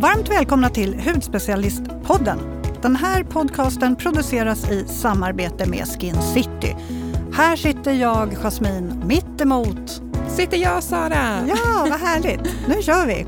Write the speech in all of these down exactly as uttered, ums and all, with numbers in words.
Varmt välkomna till Hudspecialistpodden. Den här podcasten produceras i samarbete med Skin City. Här sitter jag, Jasmine, mitt emot. Sitter jag, Sara. Ja, vad härligt. Nu kör vi.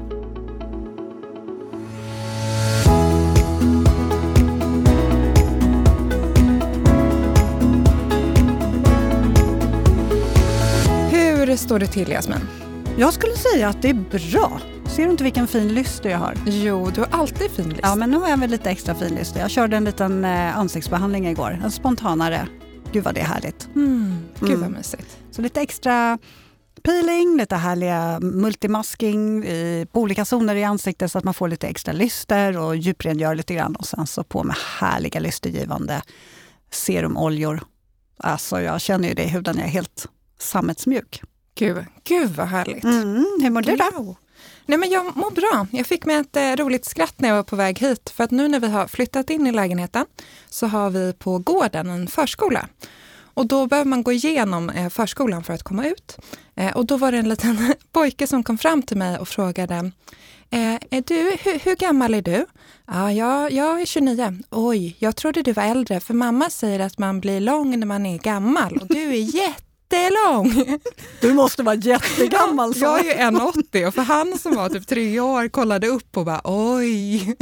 Hur står det till, Jasmin? Jag skulle säga att det är bra. Ser du inte vilken fin lyster jag har? Jo, du har alltid fin lyster. Ja, men nu har jag väl lite extra fin lyster. Jag körde en liten eh, ansiktsbehandling igår. En spontanare. Gud vad det är härligt. Mm, gud Mm. vad mysigt. Så lite extra peeling, lite härliga multimasking i, på olika zoner i ansiktet så att man får lite extra lyster och djuprengör lite grann. Och sen så på med härliga lystergivande serumoljor. Alltså jag känner ju det i huden, jag är helt sammetsmjuk. Gud, gud vad härligt. Mm, hur mår du då? Wow. Nej, men jag mår bra. Jag fick med ett eh, roligt skratt när jag var på väg hit. För att nu när vi har flyttat in i lägenheten så har vi på gården en förskola. Och då behöver man gå igenom eh, förskolan för att komma ut. Eh, och då var det en liten pojke som kom fram till mig och frågade: eh, är du, hur, hur gammal är du? Ja, jag, jag är tjugonio. Oj, jag trodde du var äldre. För mamma säger att man blir lång när man är gammal. Och du är jätte lång. Du måste vara jättegammal. Så. Jag är ju en komma åttio och för han som var typ tre år kollade upp och bara oj.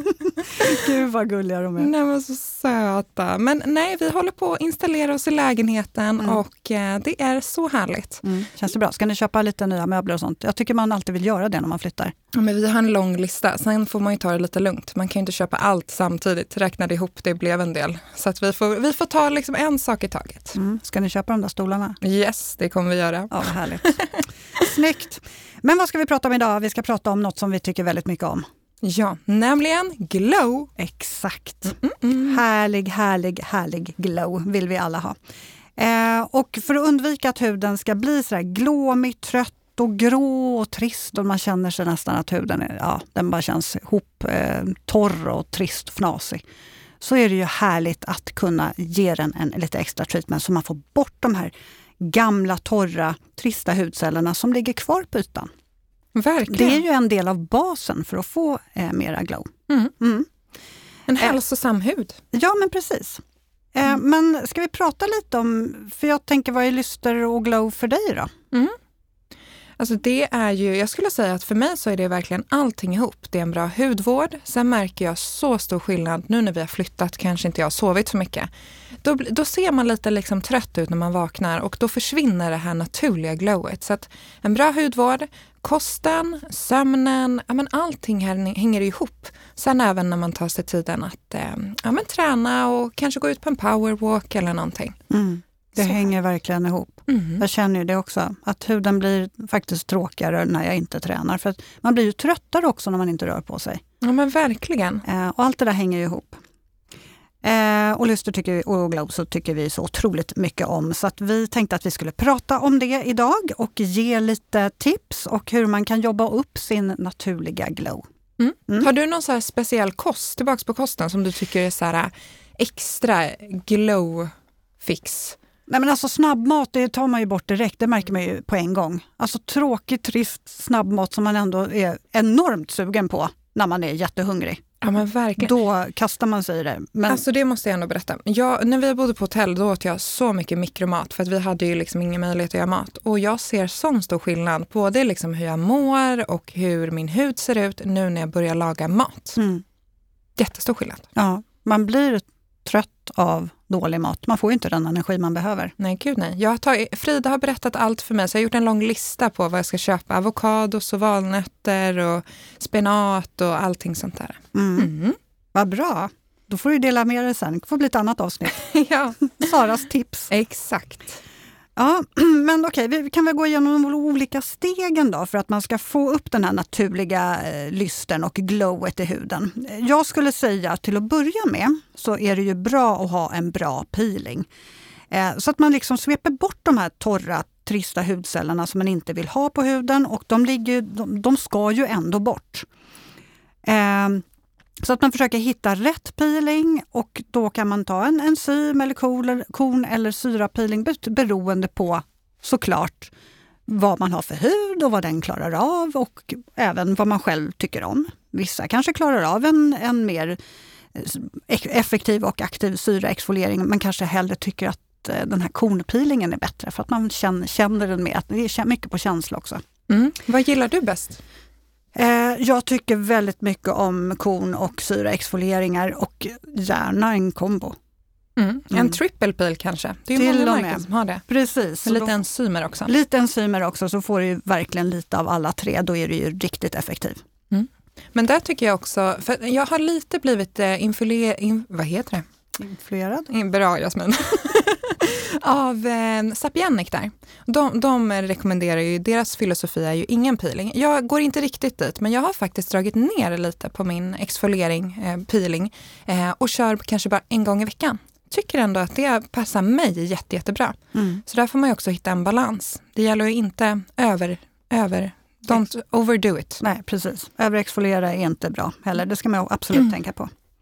Gud vad gulliga de är. Nej, men så söta. Men nej, vi håller på att installera oss i lägenheten mm. och eh, det är så härligt. Mm. Känns det bra? Ska ni köpa lite nya möbler och sånt? Jag tycker man alltid vill göra det när man flyttar. Ja, men vi har en lång lista. Sen får man ju ta det lite lugnt. Man kan ju inte köpa allt samtidigt. Räknade ihop, det blev en del. Så att vi får, vi får ta liksom en sak i taget. Mm. Ska ni köpa de där stolarna? Yes, det kommer vi göra. Ja, vad härligt. Snyggt. Men vad ska vi prata om idag? Vi ska prata om något som vi tycker väldigt mycket om. Ja, nämligen glow. Exakt. Mm, mm. Härlig, härlig, härlig glow vill vi alla ha. Eh, och för att undvika att huden ska bli så här glåmig, trött och grå och trist och man känner sig nästan att huden är, ja, den bara känns ihop, eh, torr och trist och fnasig. Så är det ju härligt att kunna ge den en lite extra treatment så man får bort de här gamla, torra, trista hudcellerna som ligger kvar på ytan. Verkligen. Det är ju en del av basen för att få eh, mera glow. Mm. Mm. En hälsosam hud. Ja, men precis. Eh, Mm. Men ska vi prata lite om, för jag tänker vad är lyster och glow för dig då? Mm. Alltså det är ju, jag skulle säga att för mig så är det verkligen allting ihop. Det är en bra hudvård. Sen märker jag så stor skillnad nu när vi har flyttat, kanske inte jag har sovit för mycket. Då, då ser man lite liksom trött ut när man vaknar och då försvinner det här naturliga glowet. Så att en bra hudvård, kosten, sömnen, ja men allting här hänger ihop. Sen även när man tar sig tiden att eh, ja men träna och kanske gå ut på en powerwalk eller någonting. Mm. Det Så. hänger verkligen ihop. Mm. Jag känner ju det också, att huden blir faktiskt tråkigare när jag inte tränar. För att man blir ju tröttare också när man inte rör på sig. Ja men verkligen. Eh, och allt det där hänger ju ihop. Eh, och lyster tycker vi, och glow så tycker vi så otroligt mycket om. Så att vi tänkte att vi skulle prata om det idag och ge lite tips och hur man kan jobba upp sin naturliga glow. Mm. Mm. Har du någon så här speciell kost, tillbaka på kosten, som du tycker är så här extra glow fix? Nej men alltså snabbmat, det tar man ju bort direkt, det märker man ju på en gång. Alltså tråkigt, trist snabbmat som man ändå är enormt sugen på när man är jättehungrig. Ja men verkligen. Då kastar man sig i det. Men... Alltså det måste jag ändå berätta. Jag, när vi bodde på hotell då åt jag så mycket mikromat för att vi hade ju liksom ingen möjlighet att göra mat. Och jag ser sån stor skillnad både liksom hur jag mår och hur min hud ser ut nu när jag börjar laga mat. Mm. Jättestor skillnad. Ja, man blir trött av dålig mat. Man får ju inte den energi man behöver. Nej, gud nej. Jag har tagit, Frida har berättat allt för mig så jag har gjort en lång lista på vad jag ska köpa. Avokados och valnötter och spenat och allting sånt där. Mm. Mm. Vad bra. Då får du dela med dig sen. Det får bli ett annat avsnitt. Ja, Saras tips. exakt. Ja, men okej, vi kan väl gå igenom de olika stegen då för att man ska få upp den här naturliga eh, lysten och glowet i huden. Jag skulle säga att till att börja med så är det ju bra att ha en bra peeling. Eh, så att man liksom sveper bort de här torra, trista hudcellerna som man inte vill ha på huden och de, ligger, de, de ska ju ändå bort. Eh, Så att man försöker hitta rätt peeling och då kan man ta en enzym eller korn eller syrapeeling beroende på såklart vad man har för hud och vad den klarar av och även vad man själv tycker om. Vissa kanske klarar av en, en mer effektiv och aktiv syraexfoliering, men kanske hellre tycker att den här kornpeelingen är bättre för att man känner, känner den mer. Att det är mycket på känsla också. Mm. Vad gillar du bäst? Jag tycker väldigt mycket om korn- och syraexfolieringar och gärna en kombo. Mm. En mm. triple peel kanske. Det är ju många märken som har det. Precis. Lite då, enzymer också. Lite enzymer också, så får du ju verkligen lite av alla tre. Då är det ju riktigt effektiv. Mm. Men där tycker jag också, för jag har lite blivit eh, influerad, in, vad heter det? Influerad? Bra, Jasmin. Av eh, Sapienic där. De, de rekommenderar ju, deras filosofi är ju ingen peeling. Jag går inte riktigt dit, men jag har faktiskt dragit ner lite på min exfoliering, eh, peeling eh, och kör kanske bara en gång i veckan. Tycker ändå att det passar mig jätte, jättebra. Mm. Så där får man ju också hitta en balans. Det gäller ju inte över, över, don't overdo it. Nej, precis. Överexfoliera är inte bra heller. Det ska man absolut mm. tänka på.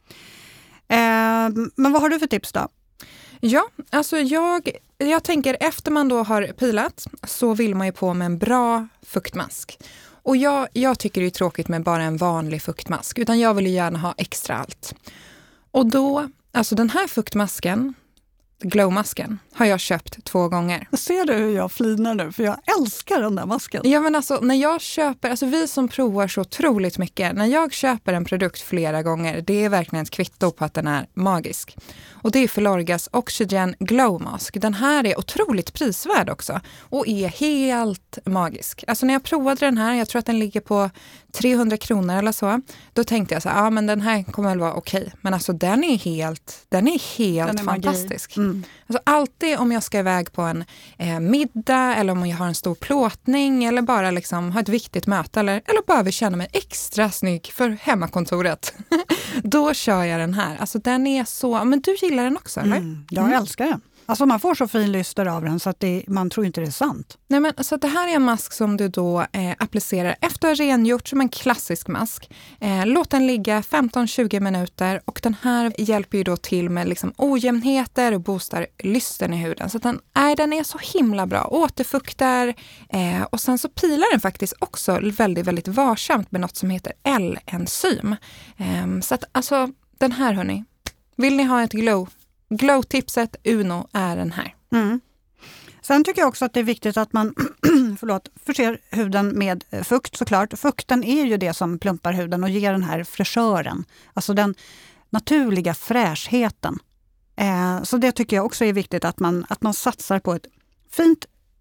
Eh, men vad har du för tips då? Ja, alltså jag, jag tänker efter man då har pilat så vill man ju på med en bra fuktmask. Och jag, jag tycker det är tråkigt med bara en vanlig fuktmask, utan jag vill ju gärna ha extra allt. Och då, alltså den här fuktmasken, glowmasken, har jag köpt två gånger. Ser du hur jag flinar nu? För jag älskar den där masken. Ja, men alltså när jag köper, alltså vi som provar så otroligt mycket, när jag köper en produkt flera gånger, det är verkligen ett kvitto på att den är magisk. Och det är Filorgas Oxygen Glow Mask. Den här är otroligt prisvärd också och är helt magisk. Alltså när jag provade den här, jag tror att den ligger på trehundra kronor eller så, då tänkte jag så här, ja men den här kommer väl vara okej. Men alltså den är helt, den är helt den är fantastisk. Mm. Alltså alltid om jag ska iväg på en eh, middag eller om jag har en stor plåtning eller bara liksom har ett viktigt möte eller, eller bara vill känna mig extra snygg för hemmakontoret. Då kör jag den här. Alltså den är så, men du gillar den också eller? Mm, jag mm. älskar den. Alltså man får så fin lyster av den så att det, man tror inte det är sant. Nej, men så det här är en mask som du då eh, applicerar efter att ha rengjort som en klassisk mask. Eh, låt den ligga femton till tjugo minuter och den här hjälper ju då till med liksom ojämnheter och boostar lysten i huden. Så att den, äh, den är så himla bra. Återfuktar eh, och sen så pilar den faktiskt också väldigt, väldigt varsamt med något som heter L-enzym. Eh, så att alltså den här hörni, vill ni ha ett glow? Glow-tipset Uno är den här. Mm. Sen tycker jag också att det är viktigt att man förlåt, förser huden med fukt såklart. Fukten är ju det som plumpar huden och ger den här fräschören. Alltså den naturliga fräschheten. Eh, så det tycker jag också är viktigt att man, att man satsar på ett fint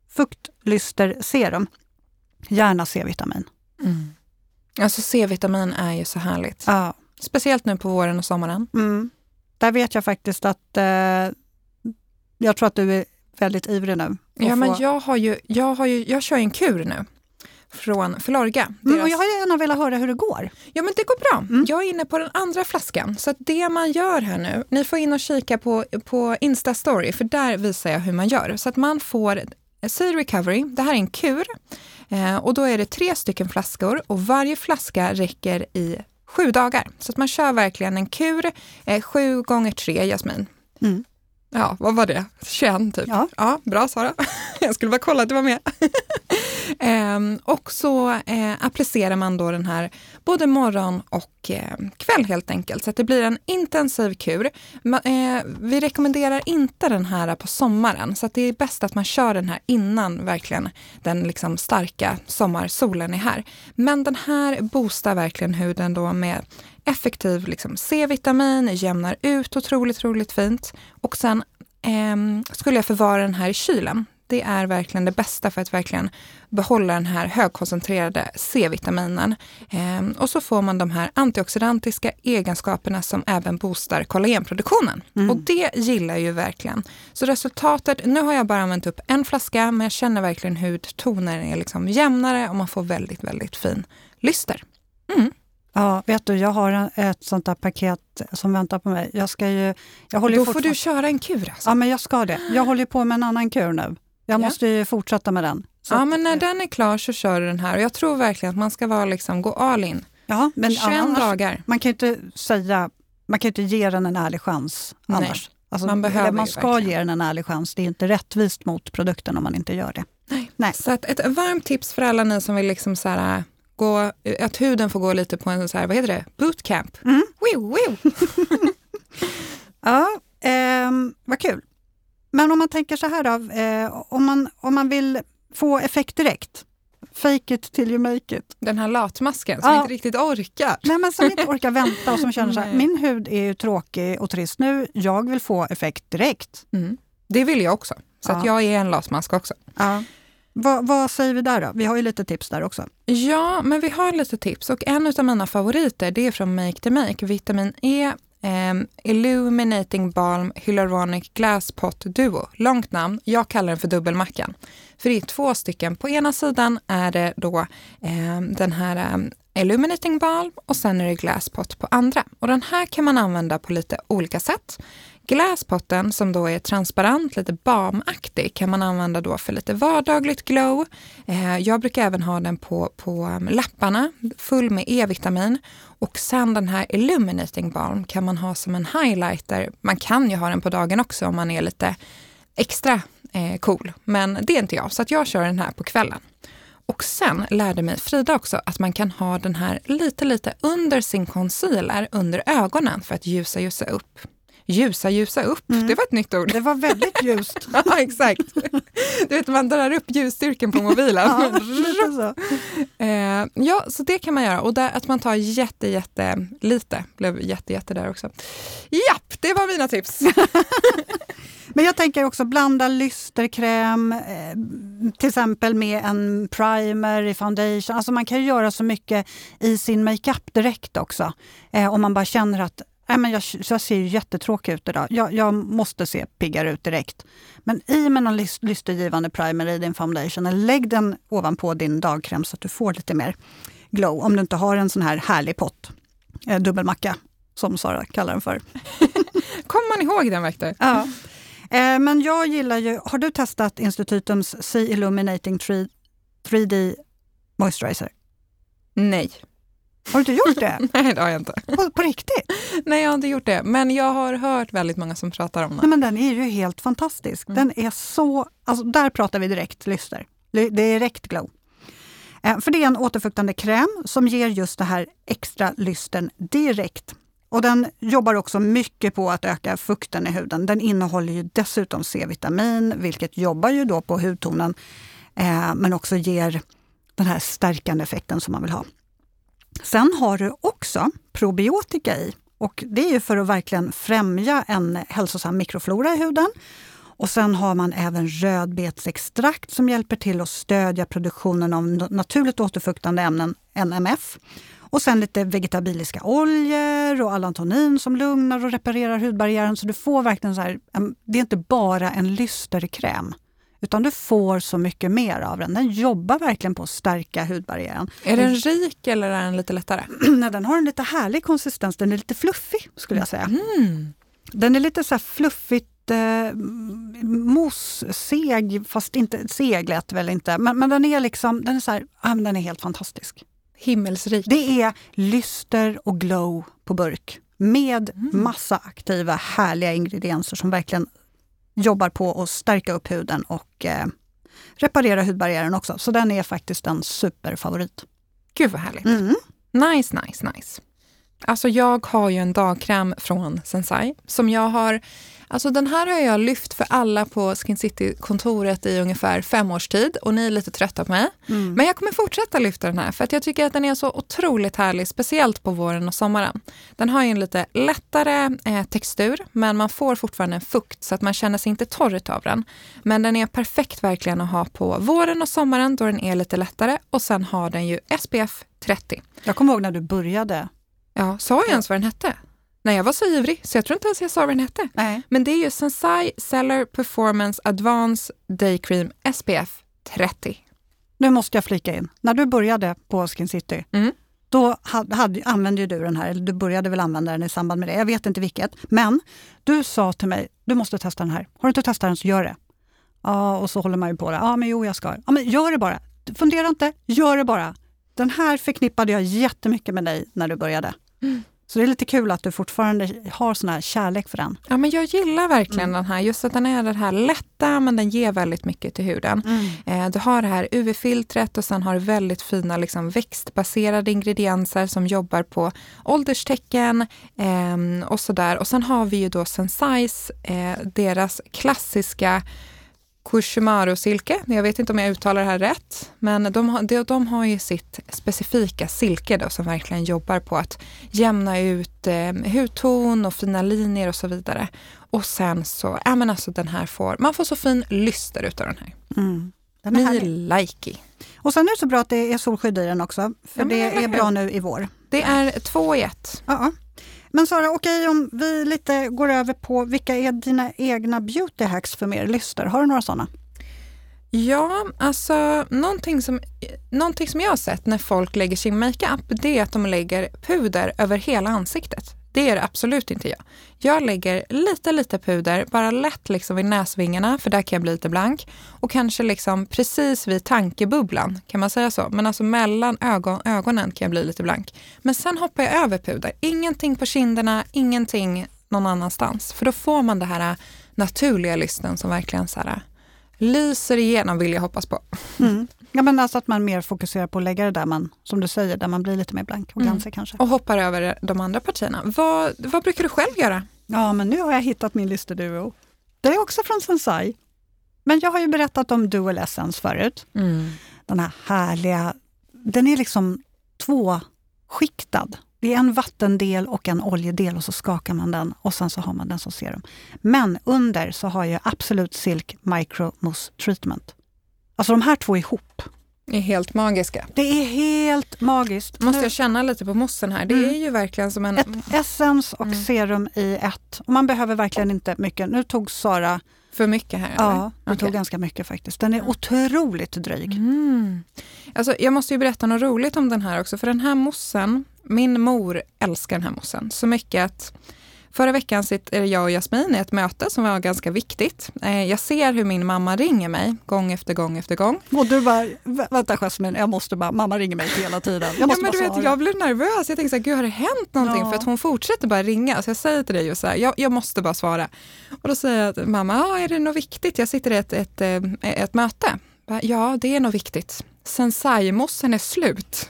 fuktlysterserum. Gärna C-vitamin. Mm. Alltså C-vitamin är ju så härligt. Ja. Speciellt nu på våren och sommaren. Mm. Där vet jag faktiskt att eh, jag tror att du är väldigt ivrig nu. Ja, få... men jag har ju, jag har ju, jag kör ju en kur nu från Filorga. Deras... Mm, och jag har gärna velat höra hur det går. Ja, men det går bra. Mm. Jag är inne på den andra flaskan. Så att det man gör här nu, ni får in och kika på, på Insta-story, för där visar jag hur man gör. Så att man får C-Recovery, det här är en kur. Eh, och då är det tre stycken flaskor och varje flaska räcker i Sju dagar. Så att man kör verkligen en kur. Eh, sju gånger tre, Jasmin. Mm. Ja, vad var det? tjugoett typ. Ja, ja bra Sara. Jag skulle bara kolla att du var med. eh, och så eh, applicerar man då den här både morgon och eh, kväll helt enkelt. Så att det blir en intensiv kur. Ma, eh, vi rekommenderar inte den här på sommaren. Så att det är bäst att man kör den här innan verkligen den liksom starka sommarsolen är här. Men den här boostar verkligen huden då med effektiv liksom C-vitamin, jämnar ut otroligt, otroligt fint. Och sen eh, skulle jag förvara den här i kylen. Det är verkligen det bästa för att verkligen behålla den här högkoncentrerade C-vitaminen. Eh, och så får man de här antioxidantiska egenskaperna som även boostar kollagenproduktionen. Mm. Och det gillar ju verkligen. Så resultatet, nu har jag bara använt upp en flaska, men jag känner verkligen hur hudtonen är liksom jämnare och man får väldigt, väldigt fin lyster. Mm. Ja, vet du, jag har ett sånt där paket som väntar på mig. Jag ska ju, jag håller Då ju får du köra en kur alltså. Ja, men jag ska det. Jag håller på med en annan kur nu. Jag ja. måste ju fortsätta med den. Så ja, att, men när den är klar så kör du den här. Och jag tror verkligen att man ska vara liksom, gå all in. Ja, men tjugoett annars, dagar. Man kan ju inte säga, man kan ju inte ge den en ärlig chans annars. Nej, alltså, man behöver man ska verkligen. ge den en ärlig chans. Det är inte rättvist mot produkten om man inte gör det. Nej. Nej. Så att ett varmt tips för alla ni som vill liksom så här, gå, att huden får gå lite på en så här, vad heter det? Bootcamp. Mm. Wiu, wiu. Ja, eh, vad kul. Men om man tänker så här då, eh, om, man, om man vill få effekt direkt, fake it till you make it. Den här latmasken som Ja. inte riktigt orkar. Nej, men som inte orkar vänta och som känner så här, Nej. min hud är ju tråkig och trist nu, jag vill få effekt direkt. Mm. Det vill jag också. Så Ja. att jag är en latmask också. Ja. Vad, vad säger vi där då? Vi har ju lite tips där också. Ja, men vi har lite tips och en av mina favoriter det är från Make to Make, Vitamin E Um, Illuminating Balm Hyaluronic Glass Pot Duo. Långt namn, jag kallar den för dubbelmackan. För det är två stycken. På ena sidan är det då um, den här um, Illuminating Balm och sen är det Glass Pot på andra. Och den här kan man använda på lite olika sätt. Glasspotten som då är transparent, lite balmaktig kan man använda då för lite vardagligt glow. Eh, jag brukar även ha den på, på um, läpparna, full med E-vitamin. Och sen den här Illuminating Balm kan man ha som en highlighter. Man kan ju ha den på dagen också om man är lite extra eh, cool. Men det är inte jag, så att jag kör den här på kvällen. Och sen lärde mig Frida också att man kan ha den här lite lite under sin concealer under ögonen för att ljusa ljusa upp. Ljusa, ljusa upp. Mm. Det var ett nytt ord. Det var väldigt ljust. Ja, exakt. Du vet, man drar upp ljusstyrken på mobilen. Ja, lite så. Eh, ja, så det kan man göra. Och där, att man tar jätte, jätte lite. Blev jätte, jätte där också. Japp, det var mina tips. Men jag tänker också blanda lysterkräm, eh, till exempel med en primer i foundation. Alltså man kan ju göra så mycket i sin makeup direkt också. Eh, om man bara känner att nej, men jag, jag ser ju jättetråkig ut idag. Jag, jag måste se piggare ut direkt. Men i med någon lyst, lystergivande primer i din foundation, eller lägg den ovanpå din dagkräm så att du får lite mer glow. Om du inte har en sån här härlig pott, eh, dubbelmacka, som Sara kallar den för. Kommer man ihåg den, Vector? Ja. Eh, men jag gillar ju, har du testat Institutums C Illuminating tre D Moisturizer? Nej. Har du inte gjort det? Nej, det har jag inte. På, på riktigt? Nej, jag har inte gjort det. Men jag har hört väldigt många som pratar om den. Nej, men den är ju helt fantastisk. Mm. Den är så, alltså där pratar vi direkt lyster. Det är direkt glow. Eh, för det är en återfuktande kräm som ger just det här extra lystern direkt. Och den jobbar också mycket på att öka fukten i huden. Den innehåller ju dessutom C-vitamin, vilket jobbar ju då på hudtonen, eh, men också ger den här stärkande effekten som man vill ha. Sen har du också probiotika i, och det är ju för att verkligen främja en hälsosam mikroflora i huden. Och sen har man även rödbetsextrakt som hjälper till att stödja produktionen av naturligt återfuktande ämnen, N M F. Och sen lite vegetabiliska oljor och allantonin som lugnar och reparerar hudbarriären. Så du får verkligen så här, det är inte bara en lysterkräm, utan du får så mycket mer av den. Den jobbar verkligen på att stärka hudbarriären. Är den rik eller är den lite lättare? Nej, den har en lite härlig konsistens. Den är lite fluffig, skulle jag säga. Mm. Den är lite så här fluffigt eh, mosseg, fast inte seglet väl inte. Men, men den är liksom, den är så här, ah, men den är helt fantastisk. Himmelsrik. Det är lyster och glow på burk med Mm. massa aktiva härliga ingredienser som verkligen jobbar på att stärka upp huden och eh, reparera hudbarriären också. Så den är faktiskt en superfavorit. Gud vad härligt. Mm. Nice, nice, nice. Alltså jag har ju en dagkräm från Sensai som jag har, alltså den här har jag lyft för alla på Skin City-kontoret i ungefär fem års tid och ni är lite trötta på mig. Mm. Men jag kommer fortsätta lyfta den här för att jag tycker att den är så otroligt härlig, speciellt på våren och sommaren. Den har ju en lite lättare eh, textur, men man får fortfarande en fukt så att man känner sig inte torr av den. Men den är perfekt verkligen att ha på våren och sommaren då den är lite lättare, och sen har den ju S P F trettio. Jag kommer ihåg när du började. Ja, sa jag ens vad den hette? Nej, jag var så ivrig så jag tror inte ens jag sa vad den hette. Nej. Men det är ju Sensai Cellular Performance Advanced Day Cream S P F trettio. Nu måste jag flika in. När du började på Skin City, Mm. då hade, hade, använde ju du den här, eller du började väl använda den i samband med det. Jag vet inte vilket. Men du sa till mig, du måste testa den här. Har du inte testat den så gör det. Ja, och så håller man ju på det. Ja, men jo, jag ska. Ja, men gör det bara. Fundera inte, gör det bara. Den här förknippade jag jättemycket med dig när du började. Mm. Så det är lite kul att du fortfarande har sån här kärlek för den. Ja, men jag gillar verkligen Mm. den här. Just att den är det här lätta, men den ger väldigt mycket till huden. Mm. Eh, du har det här U V-filtret och sen har du väldigt fina liksom, växtbaserade ingredienser som jobbar på ålderstecken eh, och sådär. Och sen har vi ju då Sensai's, eh, deras klassiska Cushimaru-silke. Jag vet inte om jag uttalar det här rätt, men de har, de, de har ju sitt specifika silke då, som verkligen jobbar på att jämna ut eh, hudton och fina linjer och så vidare. Och sen så, ja men alltså den här får, man får så fin lyster utav den här. Mm. Den är Me härlig. likey. Och sen är det så bra att det är solskydd i den också, för Ja, men det eller är hur? bra nu i vår. Det är två i ett. Ja. Men Sara, okej, om vi lite går över på vilka är dina egna beauty hacks för mer lyster? Har du några sådana? Ja, alltså någonting som, någonting som jag har sett när folk lägger sin makeup, det är att de lägger puder över hela ansiktet. Det är det absolut inte jag. Jag lägger lite, lite puder, bara lätt liksom vid näsvingarna, för där kan jag bli lite blank. Och kanske liksom precis vid tankebubblan, kan man säga så. Men alltså mellan ögon, ögonen kan jag bli lite blank. Men sen hoppar jag över puder. Ingenting på kinderna, ingenting någon annanstans. För då får man det här naturliga lysten som verkligen så här lyser igenom, vill jag hoppas på. Mm. Ja, men alltså att man mer fokuserar på att lägga det där man, som du säger, där man blir lite mer blank och glansig mm. kanske. Och hoppar över de andra partierna. Vad, vad brukar du själv göra? Ja, men nu har jag hittat min lysterduo. Det är också från Sensai. Men jag har ju berättat om Dual Essence förut. Mm. Den här härliga, den är liksom tvåskiktad. Det är en vattendel och en oljedel och så skakar man den och sen så har man den som serum. Men under så har jag Absolut Silk Micro Mousse Treatment. Alltså de här två ihop. Det är helt magiska. Det är helt magiskt. Måste jag känna lite på mossen här. Det mm. är ju verkligen som en... Ett essence och mm. serum i ett. Och man behöver verkligen inte mycket. Nu tog Sara... För mycket här? Ja, eller? det okay. tog ganska mycket faktiskt. Den är ja. otroligt dryg. Mm. Alltså, jag måste ju berätta något roligt om den här också. För den här mossen, min mor älskar den här mossen så mycket att... Förra veckan sitter jag och Jasmin i ett möte som var ganska viktigt. Jag ser hur min mamma ringer mig gång efter gång efter gång. Och du bara, vänta Jasmin, jag måste bara, mamma ringer mig hela tiden. Jag måste ja, men bara du vet, jag blir nervös. Jag tänker så här, gud har det hänt någonting? Ja. För att hon fortsätter bara ringa. Så jag säger till dig och så här, jag, jag måste bara svara. Och då säger jag att mamma, ah, är det något viktigt? Jag sitter i ett, ett, ett, ett möte. Ja, det är något viktigt. Sensai-mossen är slut.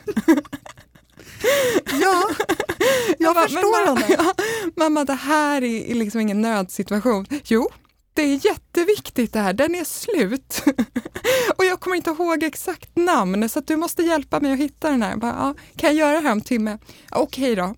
Ja, jag bara, förstår mamma, ja, mamma, det här är liksom ingen nödsituation. Jo, det är jätteviktigt det här. Den är slut. Och jag kommer inte ihåg exakt namn så att du måste hjälpa mig att hitta den här. Bara, ja, kan jag göra det här om timme? Okej då.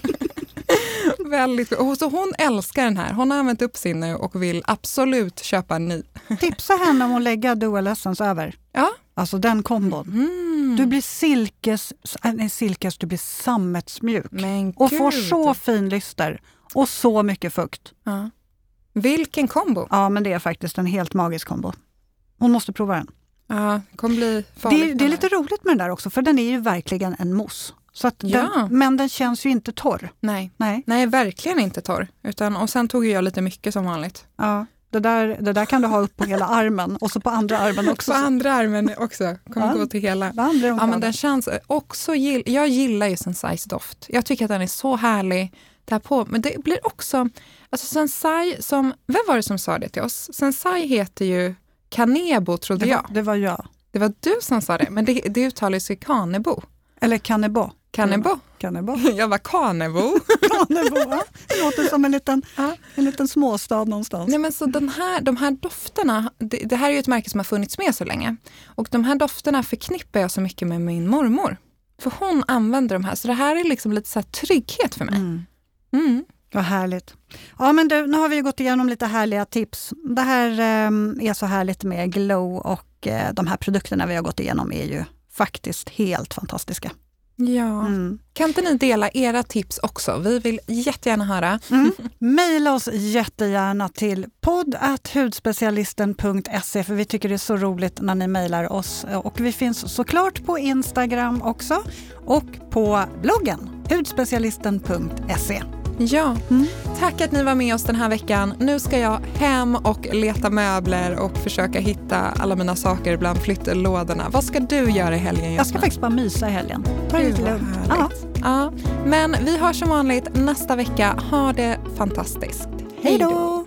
Väldigt. Och så hon älskar den här. Hon har använt upp sin nu och vill absolut köpa en ny. Tipsa henne om att lägga Dual Essence över. Ja. Alltså den kombon. Mm. Du blir silkes, nej, silkes, du blir sammetsmjuk. Men och får så fin lyster. Och så mycket fukt. Ja. Vilken kombo. Ja, men det är faktiskt en helt magisk kombo. Hon måste prova den. Ja, det kommer bli farligt. Det, det är lite roligt med den där också, för den är ju verkligen en mousse. Så att ja. den, men den känns ju inte torr. Nej, Nej. Nej verkligen inte torr. Utan, och sen tog jag lite mycket som vanligt. Ja, det där, det där kan du ha upp på hela armen och så på andra armen också. På andra armen också. Kommer ja. gå till hela. Ja, men den känns också, jag gillar ju Sensai's doft. Jag tycker att den är så härlig där på. Men det blir också, alltså Sensai som, vem var det som sa det till oss? Sensai heter ju Kanebo, trodde det var, jag. Det var jag. Det var du som sa det, men det, det uttalas ju Kanebo. Eller Kanebo. Kanebo. Kanebo. Jag var Kanebo. Kanebo, ja. Det låter som en liten, ja. en liten småstad någonstans. Nej, men så den här, de här dofterna, det, det här är ju ett märke som har funnits med så länge. Och de här dofterna förknippar jag så mycket med min mormor. För hon använder de här, så det här är liksom lite så här trygghet för mig. Mm. Mm. Vad härligt. Ja, men du, nu har vi gått igenom lite härliga tips. Det här eh, är så härligt med Glow och eh, de här produkterna vi har gått igenom är ju faktiskt helt fantastiska. Ja, mm. Kan inte ni dela era tips också? Vi vill jättegärna höra. Mm. Maila oss jättegärna till podd at hudspecialisten punkt se för vi tycker det är så roligt när ni mejlar oss. Och vi finns såklart på Instagram också och på bloggen hudspecialisten punkt se. Ja, mm. Tack att ni var med oss den här veckan. Nu ska jag hem och leta möbler och försöka hitta alla mina saker bland flyttlådorna. Vad ska du göra i helgen? Jag ska faktiskt bara mysa i helgen. Ta det lite lugnt. Ja, men vi har som vanligt nästa vecka. Ha det fantastiskt. Hej då!